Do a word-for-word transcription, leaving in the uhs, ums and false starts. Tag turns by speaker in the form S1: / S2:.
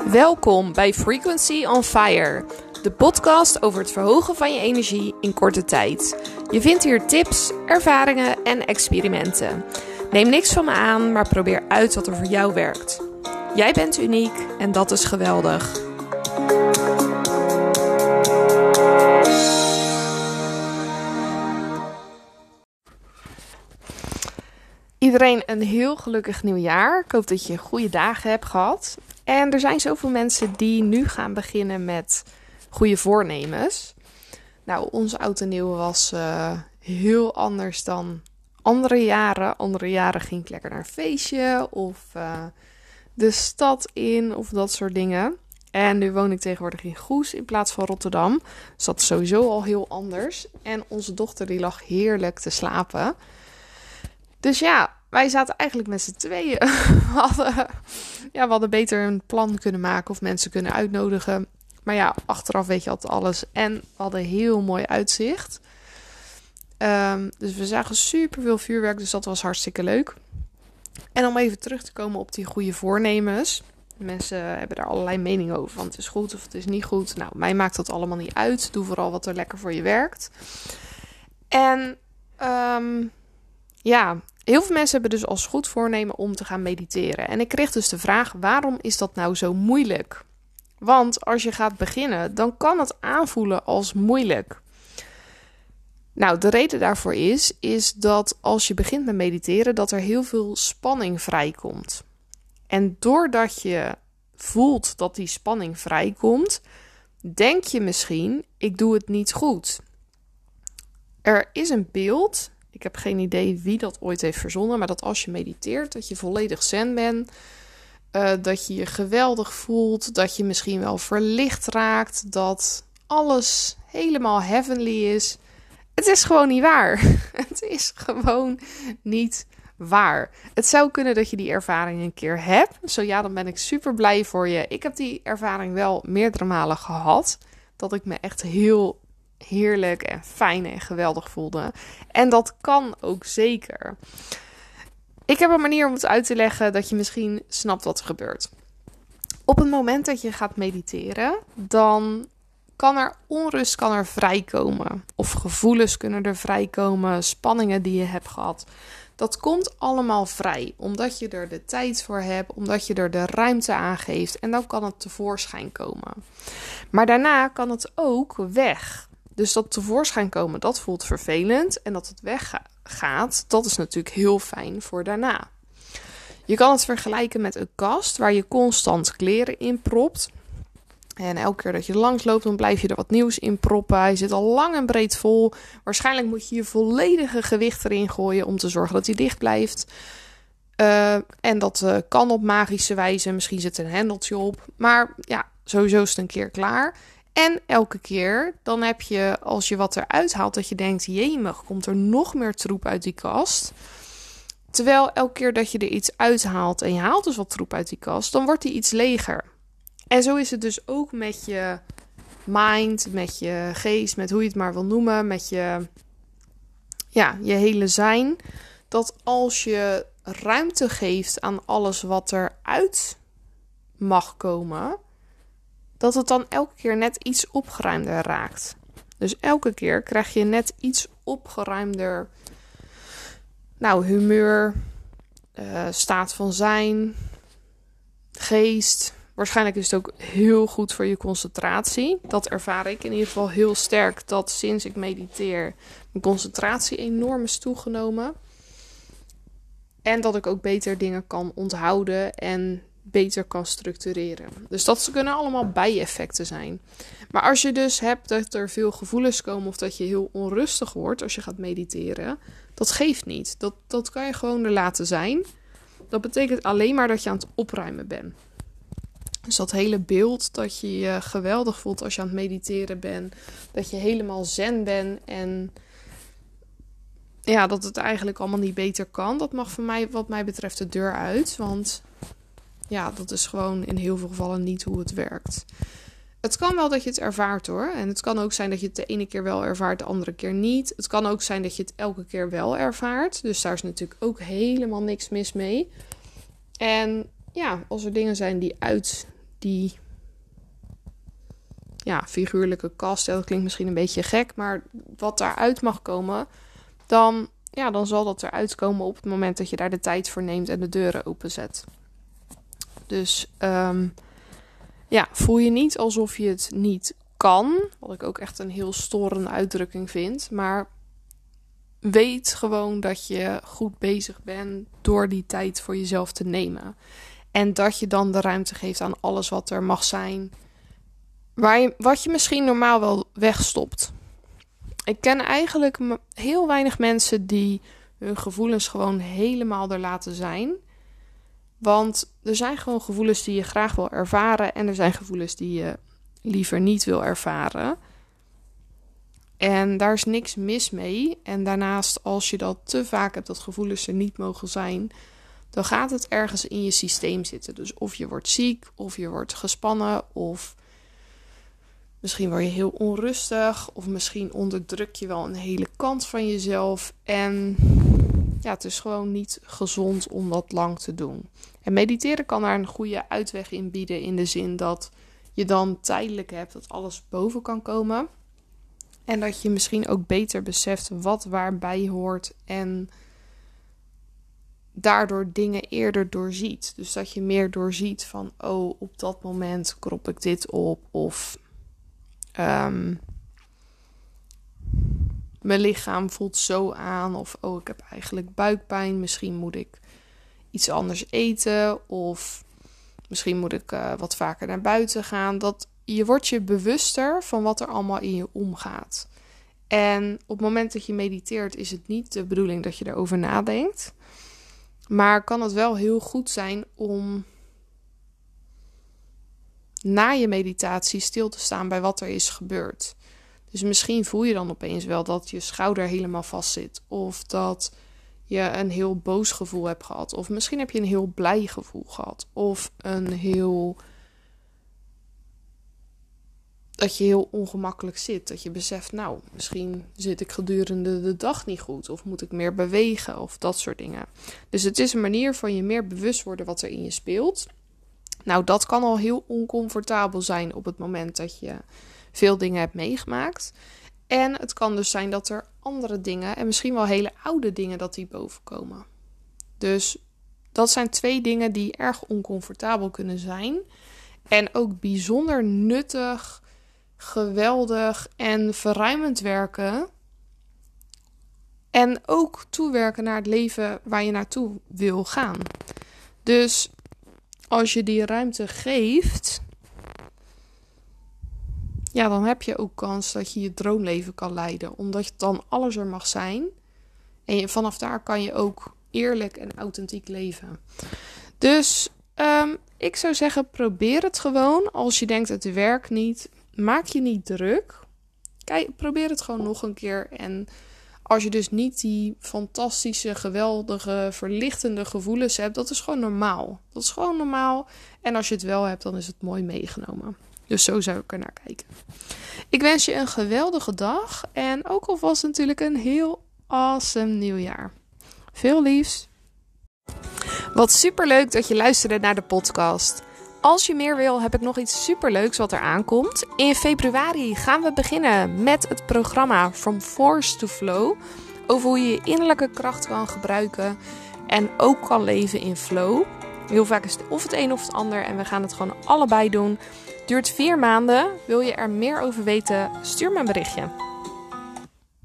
S1: Welkom bij Frequency on Fire, de podcast over het verhogen van je energie in korte tijd. Je vindt hier tips, ervaringen en experimenten. Neem niks van me aan, maar probeer uit wat er voor jou werkt. Jij bent uniek en dat is geweldig. Iedereen een heel gelukkig nieuwjaar. Ik hoop dat je goede dagen hebt gehad. En er zijn zoveel mensen die nu gaan beginnen met goede voornemens. Nou, onze oud en nieuw was uh, heel anders dan andere jaren. Andere jaren ging ik lekker naar een feestje of uh, de stad in of dat soort dingen. En nu woon ik tegenwoordig in Goes in plaats van Rotterdam. Dus dat is sowieso al heel anders. En onze dochter die lag heerlijk te slapen. Dus ja, wij zaten eigenlijk met z'n tweeën. We hadden, ja, we hadden beter een plan kunnen maken of mensen kunnen uitnodigen. Maar ja, achteraf weet je altijd alles. En we hadden heel mooi uitzicht. Um, dus we zagen super veel vuurwerk, dus dat was hartstikke leuk. En om even terug te komen op die goede voornemens. Mensen hebben daar allerlei meningen over, van het is goed of het is niet goed. Nou, mij maakt dat allemaal niet uit. Doe vooral wat er lekker voor je werkt. En um, ja, heel veel mensen hebben dus als goed voornemen om te gaan mediteren. En ik kreeg dus de vraag, waarom is dat nou zo moeilijk? Want als je gaat beginnen, dan kan het aanvoelen als moeilijk. Nou, de reden daarvoor is, is dat als je begint met mediteren, dat er heel veel spanning vrijkomt. En doordat je voelt dat die spanning vrijkomt, denk je misschien, ik doe het niet goed. Er is een beeld, ik heb geen idee wie dat ooit heeft verzonnen, maar dat als je mediteert, dat je volledig zen bent, uh, dat je je geweldig voelt, dat je misschien wel verlicht raakt, dat alles helemaal heavenly is. Het is gewoon niet waar. Het is gewoon niet waar. Het zou kunnen dat je die ervaring een keer hebt. Zo ja, dan ben ik super blij voor je. Ik heb die ervaring wel meerdere malen gehad. Dat ik me echt heel heerlijk en fijn en geweldig voelde. En dat kan ook zeker. Ik heb een manier om het uit te leggen dat je misschien snapt wat er gebeurt. Op het moment dat je gaat mediteren, dan kan er onrust kan er vrijkomen. Of gevoelens kunnen er vrijkomen, spanningen die je hebt gehad. Dat komt allemaal vrij, omdat je er de tijd voor hebt, omdat je er de ruimte aan geeft. En dan kan het tevoorschijn komen. Maar daarna kan het ook weg. Dus dat tevoorschijn komen, dat voelt vervelend. En dat het weggaat, dat is natuurlijk heel fijn voor daarna. Je kan het vergelijken met een kast waar je constant kleren in propt. En elke keer dat je langs loopt, dan blijf je er wat nieuws in proppen. Hij zit al lang en breed vol. Waarschijnlijk moet je je volledige gewicht erin gooien om te zorgen dat hij dicht blijft. Uh, en dat uh, kan op magische wijze. Misschien zit er een hendeltje op. Maar ja, sowieso is het een keer klaar. En elke keer, dan heb je, als je wat eruit haalt, dat je denkt, jemig, komt er nog meer troep uit die kast. Terwijl elke keer dat je er iets uithaalt en je haalt dus wat troep uit die kast, dan wordt die iets leger. En zo is het dus ook met je mind, met je geest, met hoe je het maar wil noemen, met je, ja, je hele zijn. Dat als je ruimte geeft aan alles wat eruit mag komen, dat het dan elke keer net iets opgeruimder raakt. Dus elke keer krijg je net iets opgeruimder, nou, humeur, uh, staat van zijn, geest. Waarschijnlijk is het ook heel goed voor je concentratie. Dat ervaar ik in ieder geval heel sterk. Dat sinds ik mediteer mijn concentratie enorm is toegenomen. En dat ik ook beter dingen kan onthouden en beter kan structureren. Dus dat kunnen allemaal bijeffecten zijn. Maar als je dus hebt dat er veel gevoelens komen of dat je heel onrustig wordt als je gaat mediteren, dat geeft niet. Dat, dat kan je gewoon er laten zijn. Dat betekent alleen maar dat je aan het opruimen bent. Dus dat hele beeld dat je je geweldig voelt als je aan het mediteren bent. Dat je helemaal zen bent en ja, dat het eigenlijk allemaal niet beter kan. Dat mag voor mij, wat mij betreft, de deur uit. Want ja, dat is gewoon in heel veel gevallen niet hoe het werkt. Het kan wel dat je het ervaart hoor. En het kan ook zijn dat je het de ene keer wel ervaart, de andere keer niet. Het kan ook zijn dat je het elke keer wel ervaart. Dus daar is natuurlijk ook helemaal niks mis mee. En ja, als er dingen zijn die uit die ja, figuurlijke kast, dat klinkt misschien een beetje gek, maar wat daaruit mag komen, dan, ja, dan zal dat eruit komen op het moment dat je daar de tijd voor neemt en de deuren openzet. Dus um, ja, voel je niet alsof je het niet kan, wat ik ook echt een heel storende uitdrukking vind, maar weet gewoon dat je goed bezig bent door die tijd voor jezelf te nemen. En dat je dan de ruimte geeft aan alles wat er mag zijn, waar je, wat je misschien normaal wel wegstopt. Ik ken eigenlijk heel weinig mensen die hun gevoelens gewoon helemaal er laten zijn. Want er zijn gewoon gevoelens die je graag wil ervaren en er zijn gevoelens die je liever niet wil ervaren. En daar is niks mis mee. En daarnaast, als je dat te vaak hebt, dat gevoelens er niet mogen zijn, dan gaat het ergens in je systeem zitten. Dus of je wordt ziek, of je wordt gespannen, of misschien word je heel onrustig, of misschien onderdruk je wel een hele kant van jezelf. En ja, het is gewoon niet gezond om dat lang te doen. En mediteren kan daar een goede uitweg in bieden, in de zin dat je dan tijdelijk hebt dat alles boven kan komen. En dat je misschien ook beter beseft wat waarbij hoort en daardoor dingen eerder doorziet. Dus dat je meer doorziet van, oh, op dat moment krop ik dit op. Of um, mijn lichaam voelt zo aan. Of, oh, ik heb eigenlijk buikpijn. Misschien moet ik iets anders eten. Of misschien moet ik uh, wat vaker naar buiten gaan. Dat je wordt je bewuster van wat er allemaal in je omgaat. En op het moment dat je mediteert is het niet de bedoeling dat je erover nadenkt. Maar kan het wel heel goed zijn om na je meditatie stil te staan bij wat er is gebeurd. Dus misschien voel je dan opeens wel dat je schouder helemaal vast zit. Of dat je een heel boos gevoel hebt gehad. Of misschien heb je een heel blij gevoel gehad. Of een heel... dat je heel ongemakkelijk zit. Dat je beseft, nou, misschien zit ik gedurende de dag niet goed. Of moet ik meer bewegen. Of dat soort dingen. Dus het is een manier van je meer bewust worden wat er in je speelt. Nou, dat kan al heel oncomfortabel zijn op het moment dat je veel dingen hebt meegemaakt. En het kan dus zijn dat er andere dingen, en misschien wel hele oude dingen, dat die bovenkomen. Dus dat zijn twee dingen die erg oncomfortabel kunnen zijn. En ook bijzonder nuttig, geweldig en verruimend werken. En ook toewerken naar het leven waar je naartoe wil gaan. Dus als je die ruimte geeft, ja, dan heb je ook kans dat je je droomleven kan leiden. Omdat je dan alles er mag zijn. En je, vanaf daar kan je ook eerlijk en authentiek leven. Dus um, ik zou zeggen, probeer het gewoon. Als je denkt, het werkt niet, maak je niet druk. Kijk, probeer het gewoon nog een keer. En als je dus niet die fantastische, geweldige, verlichtende gevoelens hebt, dat is gewoon normaal. Dat is gewoon normaal. En als je het wel hebt, dan is het mooi meegenomen. Dus zo zou ik er naar kijken. Ik wens je een geweldige dag. En ook alvast natuurlijk een heel awesome nieuwjaar. Veel liefs. Wat superleuk dat je luisterde naar de podcast. Als je meer wil, heb ik nog iets superleuks wat er aankomt. In februari gaan we beginnen met het programma From Force to Flow. Over hoe je je innerlijke kracht kan gebruiken en ook kan leven in flow. Heel vaak is het of het een of het ander en we gaan het gewoon allebei doen. Duurt vier maanden. Wil je er meer over weten? Stuur me een berichtje.